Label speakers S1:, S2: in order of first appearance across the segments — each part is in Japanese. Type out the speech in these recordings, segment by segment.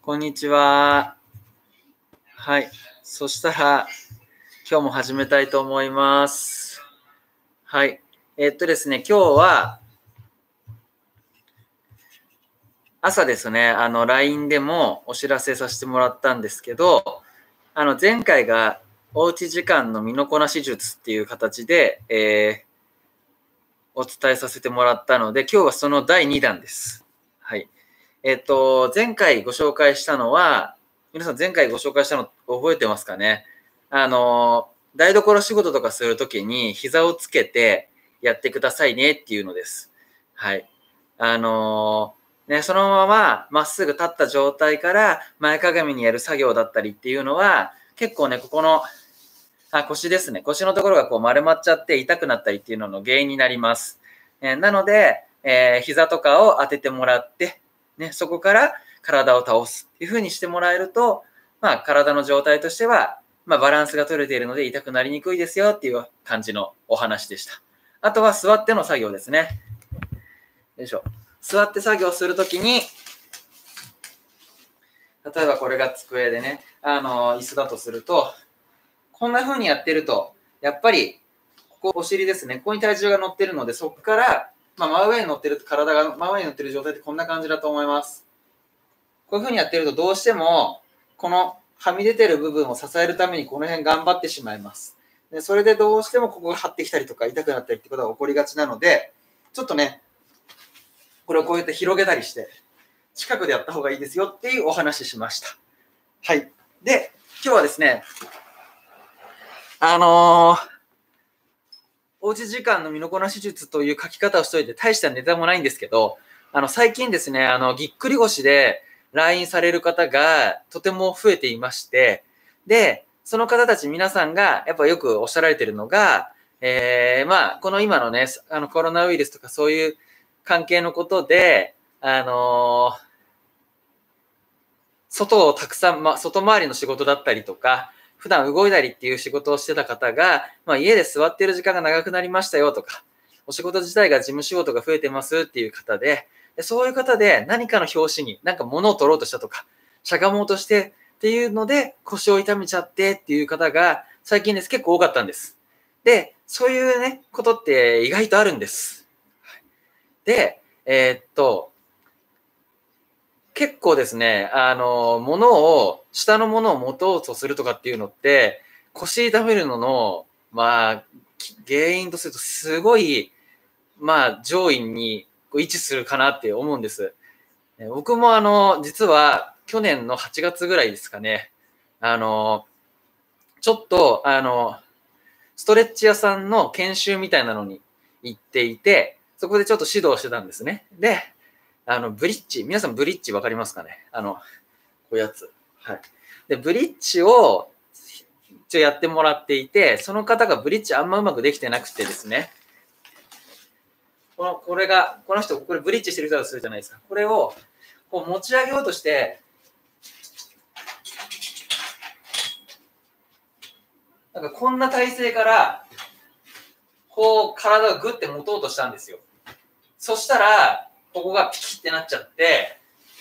S1: こんにちは。はい。そしたら、今日も始めたいと思います。はい。ですね、今日は、朝ですね、LINE でもお知らせさせてもらったんですけど、前回が、おうち時間の身のこなし術っていう形で、お伝えさせてもらったので、今日はその第2弾です。はい。前回ご紹介したのは、皆さん前回ご紹介したの覚えてますかね？台所仕事とかするときに膝をつけてやってくださいねっていうのです。はい。そのまままっすぐ立った状態から前かがみにやる作業だったりっていうのは、結構ね、ここの腰ですね。腰のところがこう丸まっちゃって痛くなったりっていうのの原因になります。なので、膝とかを当ててもらって、ね、そこから体を倒すっていう風にしてもらえると、体の状態としては、バランスが取れているので痛くなりにくいですよっていう感じのお話でした。あとは座っての作業ですね。よいしょ。座って作業するときに、例えばこれが机でね、椅子だとすると、こんな風にやってると、やっぱり、ここお尻ですね。ここに体重が乗ってるので、そこから、真上に乗ってる、体が真上に乗ってる状態ってこんな感じだと思います。こういう風にやってると、どうしても、このはみ出てる部分を支えるために、この辺頑張ってしまいます。でそれでどうしてもここが張ってきたりとか、痛くなったりってことが起こりがちなので、ちょっとね、これをこうやって広げたりして、近くでやった方がいいですよっていうお話しました。はい。で、今日はですね、おうち時間の身のこなし術という書き方をしといて、大したネタもないんですけど、最近ですね、ぎっくり腰で LINE される方がとても増えていまして、で、その方たち皆さんがやっぱよくおっしゃられているのが、この今のね、コロナウイルスとかそういう関係のことで、外をたくさん、外回りの仕事だったりとか、普段動いたりっていう仕事をしてた方が、家で座っている時間が長くなりましたよとか、お仕事自体が事務仕事が増えてますっていう方で、そういう方で何かの拍子に何か物を取ろうとしたとか、しゃがもうとしてっていうので腰を痛めちゃってっていう方が最近です結構多かったんです。で、そういうね、ことって意外とあるんです。で、結構ですね、下のものを持とうとするとかっていうのって、腰痛めるのの、原因とするとすごい、上位に位置するかなって思うんです。僕も実は去年の8月ぐらいですかね、ちょっと、ストレッチ屋さんの研修みたいなのに行っていて、そこでちょっと指導してたんですね。で、ブリッジ、皆さんブリッジわかりますかね？こういうやつ。はい。で、ブリッジを一応やってもらっていて、その方がブリッジあんまうまくできてなくてですね、この人、これブリッジしてる人だとするじゃないですか。これをこう持ち上げようとして、なんかこんな体勢から、こう体をグッて持とうとしたんですよ。そしたら、ここがピキってなっちゃって、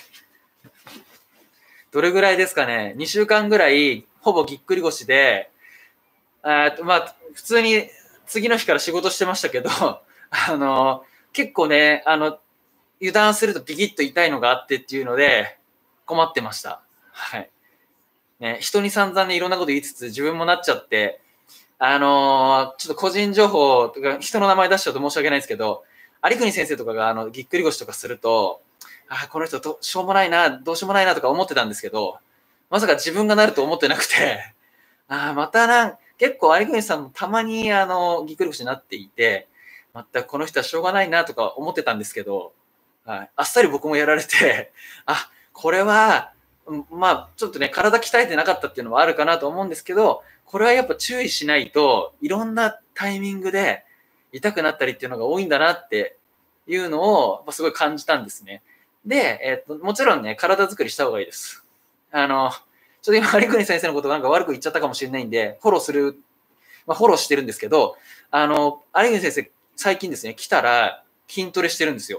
S1: どれぐらいですかね、2週間ぐらい、ほぼぎっくり腰で、普通に次の日から仕事してましたけど、結構ね、油断するとビキッと痛いのがあってっていうので、困ってました。はい。ね、人に散々ね、いろんなこと言いつつ、自分もなっちゃって、ちょっと個人情報とか、人の名前出しちゃうと申し訳ないですけど、有国先生とかがぎっくり腰とかすると、この人しょうもないな、どうしようもないなとか思ってたんですけど、まさか自分がなると思ってなくて、結構有国さんもたまにぎっくり腰になっていて、またこの人はしょうがないなとか思ってたんですけど、はい、あっさり僕もやられて、これは、ちょっとね、体鍛えてなかったっていうのもあるかなと思うんですけど、これはやっぱ注意しないといろんなタイミングで痛くなったりっていうのが多いんだなっていうのをすごい感じたんですね。で、もちろんね、体作りした方がいいです。ちょっと今、有国先生のことなんか悪く言っちゃったかもしれないんで、フォローしてるんですけど、有国先生、最近ですね、来たら筋トレしてるんですよ。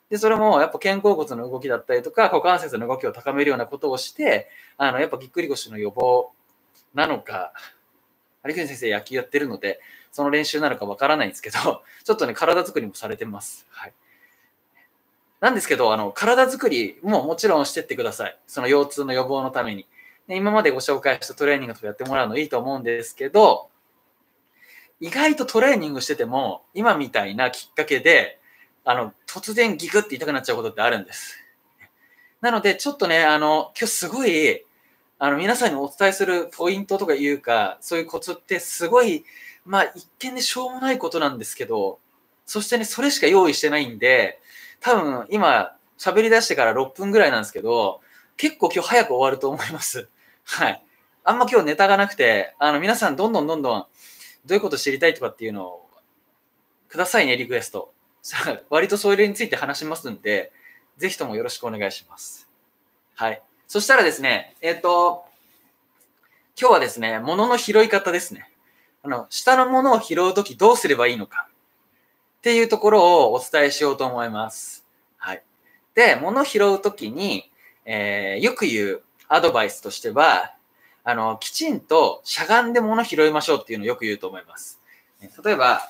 S1: で、それもやっぱ肩甲骨の動きだったりとか、股関節の動きを高めるようなことをして、やっぱぎっくり腰の予防なのか、有國先生野球やってるので、その練習なのかわからないんですけど、ちょっとね、体作りもされてます。はい。なんですけど、体作りももちろんしてってください。その腰痛の予防のために。で、今までご紹介したトレーニングとかやってもらうのいいと思うんですけど、意外とトレーニングしてても、今みたいなきっかけで、突然ギクって痛くなっちゃうことってあるんです。なので、ちょっとね、今日すごい、皆さんにお伝えするポイントとかいうか、そういうコツってすごい、まあ、一見でしょうもないことなんですけど、そしてね、それしか用意してないんで、多分今、喋り出してから6分ぐらいなんですけど、結構今日早く終わると思います。はい。あんま今日ネタがなくて、皆さんどんどんどういうこと知りたいとかっていうのをくださいね、リクエスト。割とそれについて話しますんで、ぜひともよろしくお願いします。はい。そしたらですね、今日はですね、物の拾い方ですね。下のものを拾うときどうすればいいのかっていうところをお伝えしようと思います。はい。で、物を拾うときに、よく言うアドバイスとしては、きちんとしゃがんで物を拾いましょうっていうのをよく言うと思います。例えば、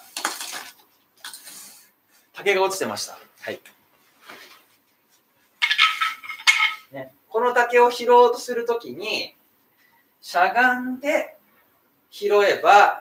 S1: 竹が落ちてました。はい。ね、この竹を拾おうとするときに、しゃがんで拾えば、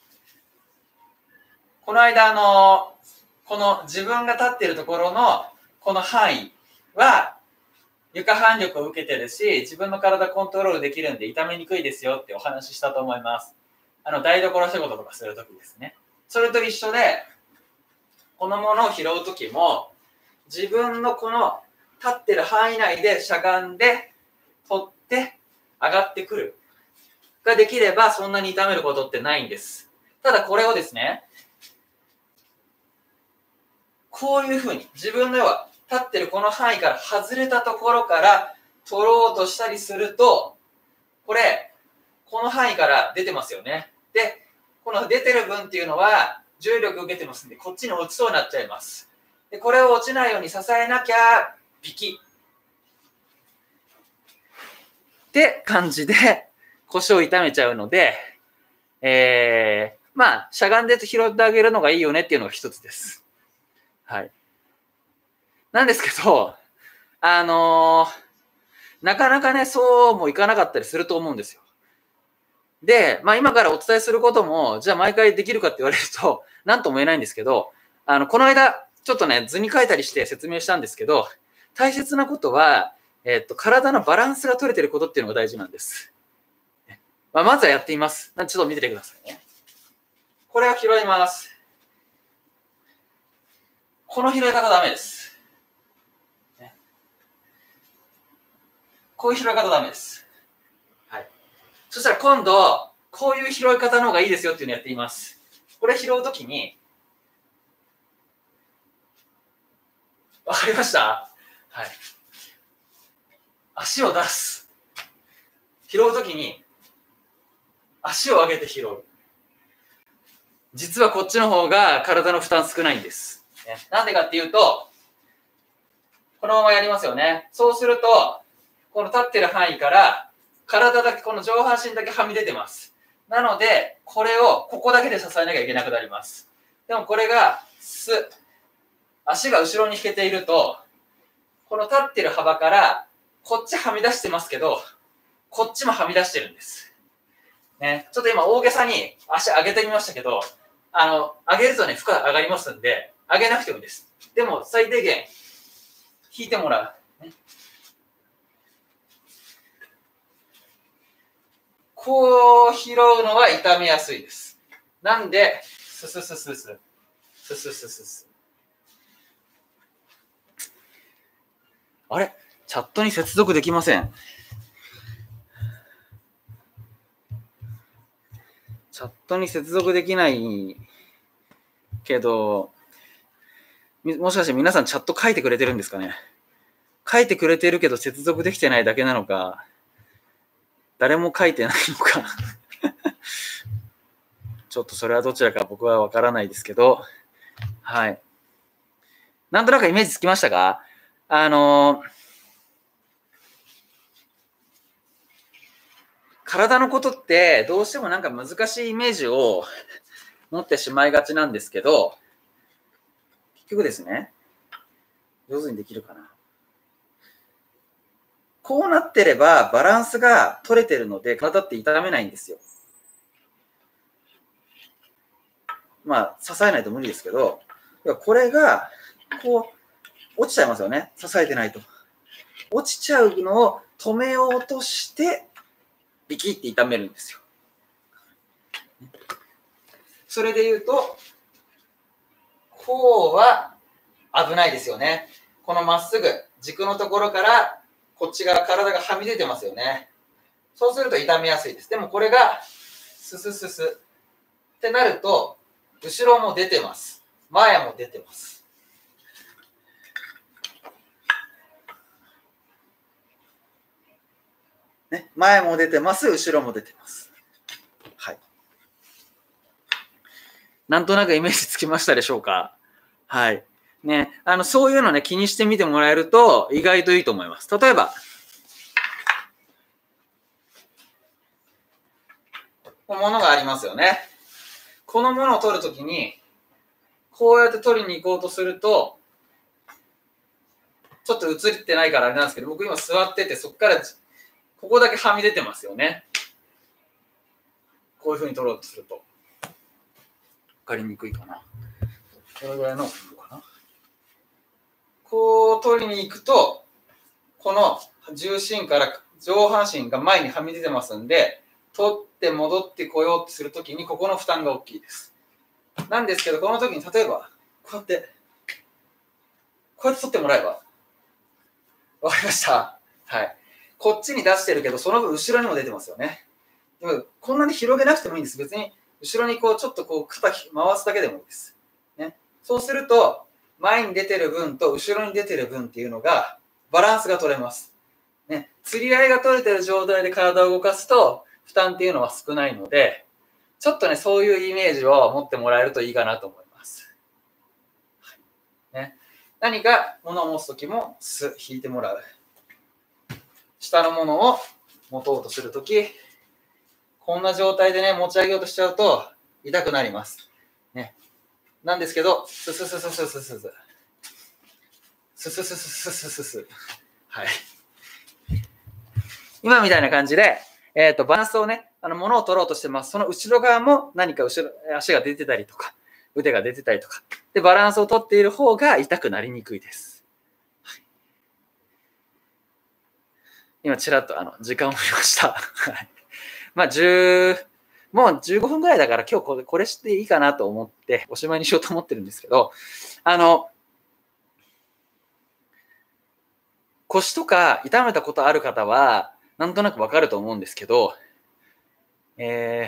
S1: この間この自分が立っているところのこの範囲は床反力を受けてるし、自分の体コントロールできるんで痛めにくいですよってお話ししたと思います。台所仕事とかするときですね。それと一緒で、このものを拾うときも、自分のこの立ってる範囲内でしゃがんで取って上がってくるができればそんなに痛めることってないんです。ただこれをですね、こういうふうに自分の要は立ってるこの範囲から外れたところから取ろうとしたりすると、この範囲から出てますよね。で、この出てる分っていうのは重力受けてますんで、こっちに落ちそうになっちゃいます。で、これを落ちないように支えなきゃ、ピキって感じで腰を痛めちゃうので、まあ、しゃがんで拾ってあげるのがいいよねっていうのが一つです。はい。なんですけど、なかなかね、そうもいかなかったりすると思うんですよ。で、まあ今からお伝えすることも、じゃあ毎回できるかって言われると、なんとも言えないんですけど、この間、ちょっとね、図に書いたりして説明したんですけど、大切なことは、体のバランスが取れてることっていうのが大事なんです。まあ、まずはやってみます。ちょっと見ててくださいね。これを拾います。この拾い方ダメです。こういう拾い方ダメです。はい。そしたら今度、こういう拾い方の方がいいですよっていうのをやってみます。これ拾うときに、わかりました？はい。足を出す。拾うときに、足を上げて拾う。実はこっちの方が体の負担少ないんです。なんでかっていうと、このままやりますよね。そうすると、この立ってる範囲から、体だけ、この上半身だけはみ出てます。なので、これをここだけで支えなきゃいけなくなります。でもこれが、足が後ろに引けていると、この立ってる幅から、こっちはみ出してますけど、こっちもはみ出してるんです。ね、ちょっと今大げさに足上げてみましたけど、上げるとね、負荷上がりますんで、上げなくてもいいです。でも、最低限、引いてもらう。ね、こう拾うのは痛めやすいです。なんで、ススススス、ススススス。あれ？チャットに接続できません。チャットに接続できないけど、もしかして皆さんチャット書いてくれてるんですかね？書いてくれてるけど接続できてないだけなのか、誰も書いてないのかちょっとそれはどちらか僕はわからないですけど、はい。 なんとなくイメージつきましたか？体のことってどうしてもなんか難しいイメージを持ってしまいがちなんですけど、結局ですね、上手にできるかな。こうなってればバランスが取れてるので体って痛めないんですよ。まあ支えないと無理ですけど、これがこう落ちちゃいますよね。支えてないと。落ちちゃうのを止めようとしてビキって痛めるんですよ。それで言うと、こうは危ないですよね。このまっすぐ軸のところからこっち側体がはみ出てますよね。そうすると痛めやすいです。でもこれがススススってなると後ろも出てます。前も出てます。ね、前も出てます、後ろも出てます。はい。なんとなくイメージつきましたでしょうか？はい。ね、そういうのね、気にしてみてもらえると意外といいと思います。例えば、このものがありますよね。このものを取るときに、こうやって取りに行こうとすると、ちょっと映ってないからあれなんですけど、僕今座ってて、そこからここだけはみ出てますよね。こういうふうに取ろうとすると。わかりにくいかな。これぐらいのかな。こう取りに行くと、この重心から上半身が前にはみ出てますんで、取って戻ってこようとするときに、ここの負担が大きいです。なんですけど、この時に例えば、こうやって取ってもらえば、わかりました。はい。こっちに出してるけど、その分後ろにも出てますよね。でもこんなに広げなくてもいいんです。別に、後ろにこう、ちょっとこう、肩回すだけでもいいです。ね。そうすると、前に出てる分と後ろに出てる分っていうのが、バランスが取れます。ね。釣り合いが取れてる状態で体を動かすと、負担っていうのは少ないので、ちょっとね、そういうイメージを持ってもらえるといいかなと思います。はい、ね。何か物を持つときも、引いてもらう。下のものを持とうとするとき、こんな状態でね、持ち上げようとしちゃうと痛くなります。ね。なんですけど、スススススススス。スススススススス。はい。今みたいな感じで、バランスをね、物を取ろうとしてます。その後ろ側も何か後ろ、足が出てたりとか、腕が出てたりとか。で、バランスを取っている方が痛くなりにくいです。はい、今、ちらっと時間を見ました。はい。まあ、もう15分ぐらいだから今日これしていいかなと思っておしまいにしようと思ってるんですけど、腰とか痛めたことある方はなんとなくわかると思うんですけど、す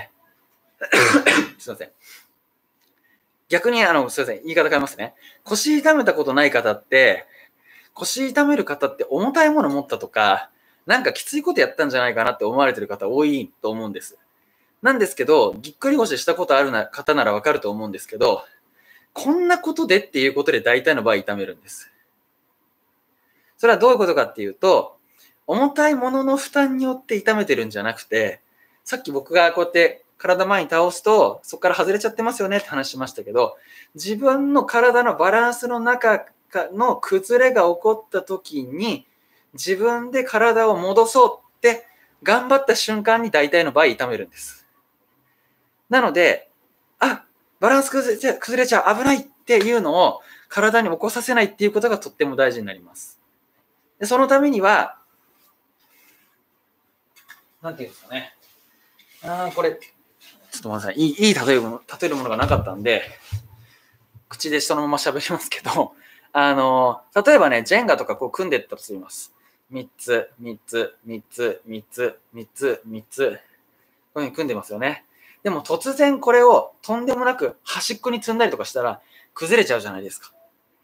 S1: いません。逆にすいません、言い方変えますね。腰痛めたことない方って、腰痛める方って重たいもの持ったとか、なんかきついことやったんじゃないかなって思われてる方多いと思うんです。なんですけど、ぎっくり腰したことある方ならわかると思うんですけど、こんなことでっていうことで大体の場合痛めるんです。それはどういうことかっていうと、重たいものの負担によって痛めてるんじゃなくて、さっき僕がこうやって体前に倒すと、そこから外れちゃってますよねって話しましたけど、自分の体のバランスの中の崩れが起こった時に、自分で体を戻そうって頑張った瞬間に大体の場合痛めるんです。なので、バランス崩れちゃう、危ないっていうのを体に起こさせないっていうことがとっても大事になります。でそのためには、なんていうんですかね。これ、ちょっと待ってください。いい例えるものがなかったんで、口でそのまま喋りますけど、例えばね、ジェンガとかこう組んでいったとします。3つ、3つ、3つ、3つ、3つ、3つ。こういうふうに組んでますよね。でも突然これをとんでもなく端っこに積んだりとかしたら崩れちゃうじゃないですか。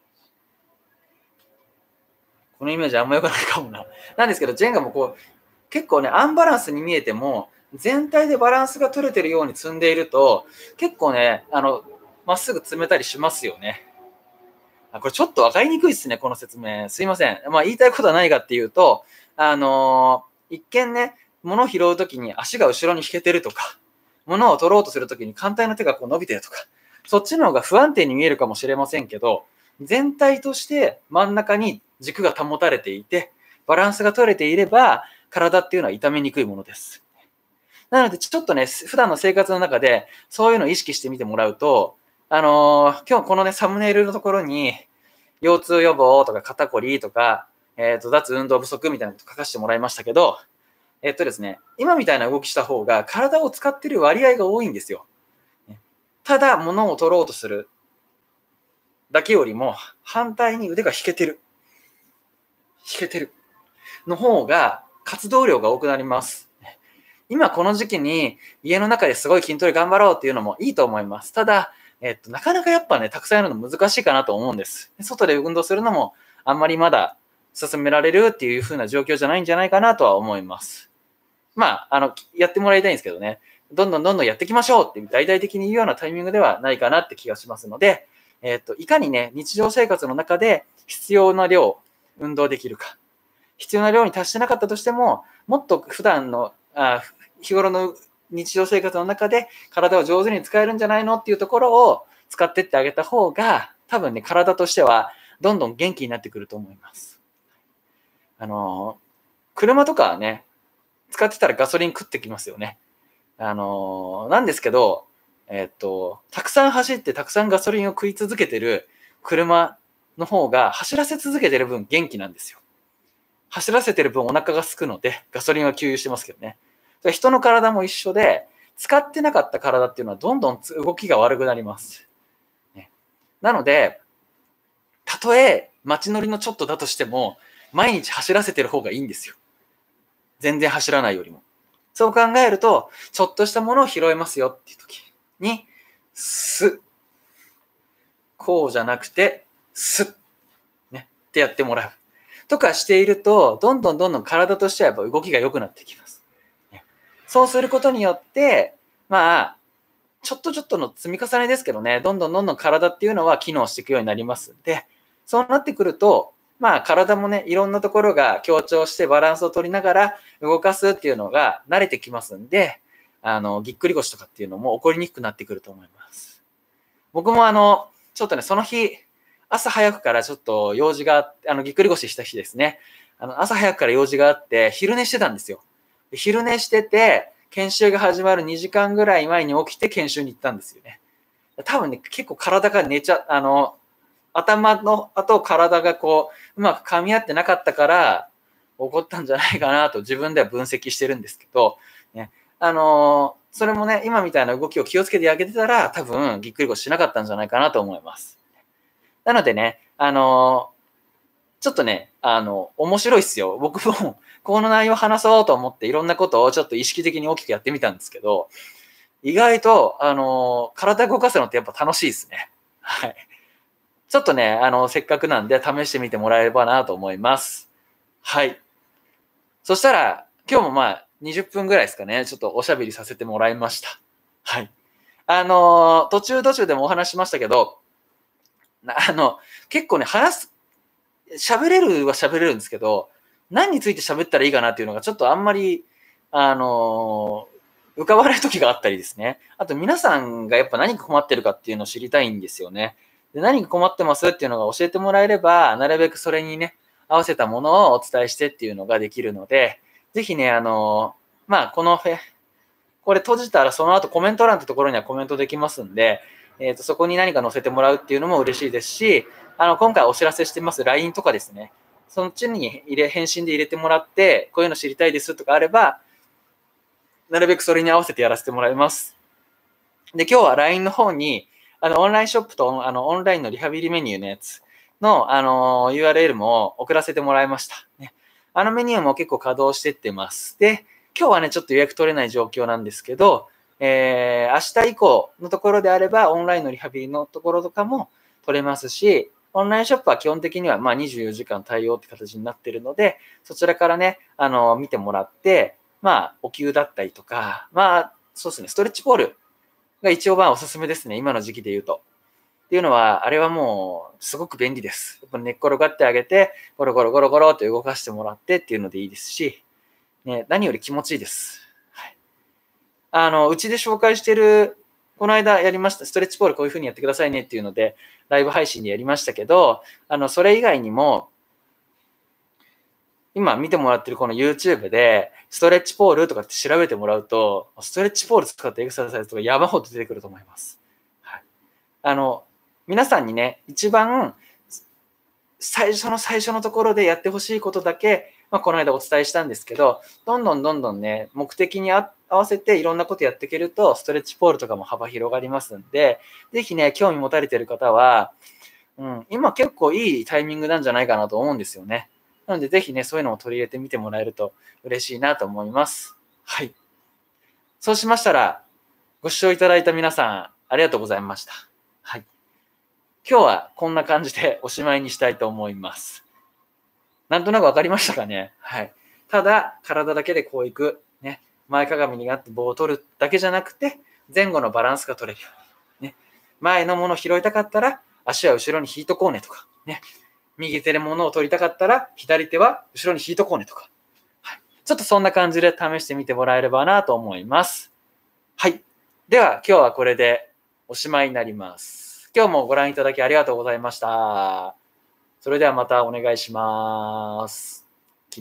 S1: このイメージあんま良くないかもな。なんですけど、ジェンガもこう、結構ね、アンバランスに見えても、全体でバランスが取れてるように積んでいると、結構ね、まっすぐ積めたりしますよね。 これちょっと分かりにくいですね、この説明。すいません。言いたいことは何かっていうと、一見ね、物を拾うときに足が後ろに引けてるとか、物を取ろうとするときに簡単な手がこう伸びてるとか、そっちの方が不安定に見えるかもしれませんけど、全体として真ん中に軸が保たれていて、バランスが取れていれば、体っていうのは傷めにくいものです。なので、ちょっとね、普段の生活の中で、そういうのを意識してみてもらうと、今日このね、サムネイルのところに、腰痛予防とか肩こりとか、脱運動不足みたいなこと書かせてもらいましたけど、ですね、今みたいな動きした方が体を使っている割合が多いんですよ。ただ、物を取ろうとするだけよりも、反対に腕が引けてるの方が活動量が多くなります。今この時期に家の中ですごい筋トレ頑張ろうっていうのもいいと思います。ただ、なかなかやっぱね、たくさんやるの難しいかなと思うんです。外で運動するのもあんまりまだ進められるっていう風な状況じゃないんじゃないかなとは思います。やってもらいたいんですけどね、どんどんやっていきましょうって大々的に言うようなタイミングではないかなって気がしますので、いかにね、日常生活の中で必要な量、運動できるか。必要な量に達してなかったとしても、もっと普段の、日頃の日常生活の中で体を上手に使えるんじゃないのっていうところを使ってってあげた方が、多分ね、体としてはどんどん元気になってくると思います。車とかはね、使ってたらガソリン食ってきますよね。なんですけど、たくさん走ってたくさんガソリンを食い続けてる車の方が走らせ続けてる分元気なんですよ。走らせてる分お腹が空くので、ガソリンは給油してますけどね。人の体も一緒で、使ってなかった体っていうのはどんどん動きが悪くなります。なので、たとえ街乗りのちょっとだとしても、毎日走らせてる方がいいんですよ。全然走らないよりも。そう考えると、ちょっとしたものを拾えますよっていう時に、こうじゃなくて、ね、ってやってもらう。とかしていると、どんどん体としてはやっぱ動きが良くなってきます。そうすることによって、ちょっとの積み重ねですけどね、どんどん体っていうのは機能していくようになりますんで、そうなってくると、体もね、いろんなところが強調してバランスを取りながら動かすっていうのが慣れてきますんで、ぎっくり腰とかっていうのも起こりにくくなってくると思います。僕もちょっとね、その日、朝早くからちょっと用事が、ぎっくり腰した日ですね。朝早くから用事があって、昼寝してたんですよ。昼寝してて、研修が始まる2時間ぐらい前に起きて研修に行ったんですよね。多分ね、結構体が頭の後体がこう、うまく噛み合ってなかったから、起こったんじゃないかなと自分では分析してるんですけど、ね、それもね、今みたいな動きを気をつけてあげてたら、多分ぎっくり腰しなかったんじゃないかなと思います。なのでね、ちょっとね、面白いっすよ。僕も、この内容を話そうと思っていろんなことをちょっと意識的に大きくやってみたんですけど、意外と、体動かすのってやっぱ楽しいですね。はい。ちょっとね、せっかくなんで試してみてもらえればなと思います。はい。そしたら、今日も20分ぐらいですかね、ちょっとおしゃべりさせてもらいました。はい。途中でもお話しましたけど、結構ね、喋れるは喋れるんですけど、何について喋ったらいいかなっていうのがちょっとあんまり、浮かばない時があったりですね。あと皆さんがやっぱ何か困ってるかっていうのを知りたいんですよね。で、何か困ってますっていうのが教えてもらえれば、なるべくそれにね、合わせたものをお伝えしてっていうのができるので、ぜひね、これ閉じたらその後コメント欄ってところにはコメントできますんで、そこに何か載せてもらうっていうのも嬉しいですし、今回お知らせしてます LINE とかですね、そっちに返信で入れてもらって、こういうの知りたいですとかあれば、なるべくそれに合わせてやらせてもらいます。で、今日は LINE の方に、オンラインショップとオンラインのリハビリメニューのやつの、URL も送らせてもらいました。ね、メニューも結構稼働してってます。で、今日はね、ちょっと予約取れない状況なんですけど、明日以降のところであれば、オンラインのリハビリのところとかも取れますし、オンラインショップは基本的には24時間対応って形になっているので、そちらからね、見てもらって、お給だったりとか、そうですね、ストレッチポールが一応おすすめですね、今の時期で言うと。 っていうのは、あれはもうすごく便利です。やっぱ寝っ転がってあげて、ゴロゴロゴロゴロと動かしてもらってっていうのでいいですし、ね、何より気持ちいいです。はい。うちで紹介してる、この間やりました、ストレッチポールこういう風にやってくださいねっていうので、ライブ配信でやりましたけど、それ以外にも、今見てもらってるこの YouTube で、ストレッチポールとかって調べてもらうと、ストレッチポール使ったエクササイズとか山ほど出てくると思います。はい。皆さんにね、一番最初のところでやってほしいことだけ、この間お伝えしたんですけど、どんどんね、目的に合わせていろんなことやっていけると、ストレッチポールとかも幅広がりますんで、ぜひね、興味持たれている方は、今結構いいタイミングなんじゃないかなと思うんですよね。なので、ぜひね、そういうのを取り入れてみてもらえると嬉しいなと思います。はい。そうしましたら、ご視聴いただいた皆さん、ありがとうございました。はい。今日はこんな感じでおしまいにしたいと思います。なんとなくわかりましたかね。はい。ただ、体だけでこういく。ね。前かがみになって棒を取るだけじゃなくて、前後のバランスが取れるように。ね。前のものを拾いたかったら、足は後ろに引いとこうねとか。ね。右手で物を取りたかったら、左手は後ろに引いとこうねとか。はい。ちょっとそんな感じで試してみてもらえればなと思います。はい。では、今日はこれでおしまいになります。今日もご覧いただきありがとうございました。それではまたお願いします。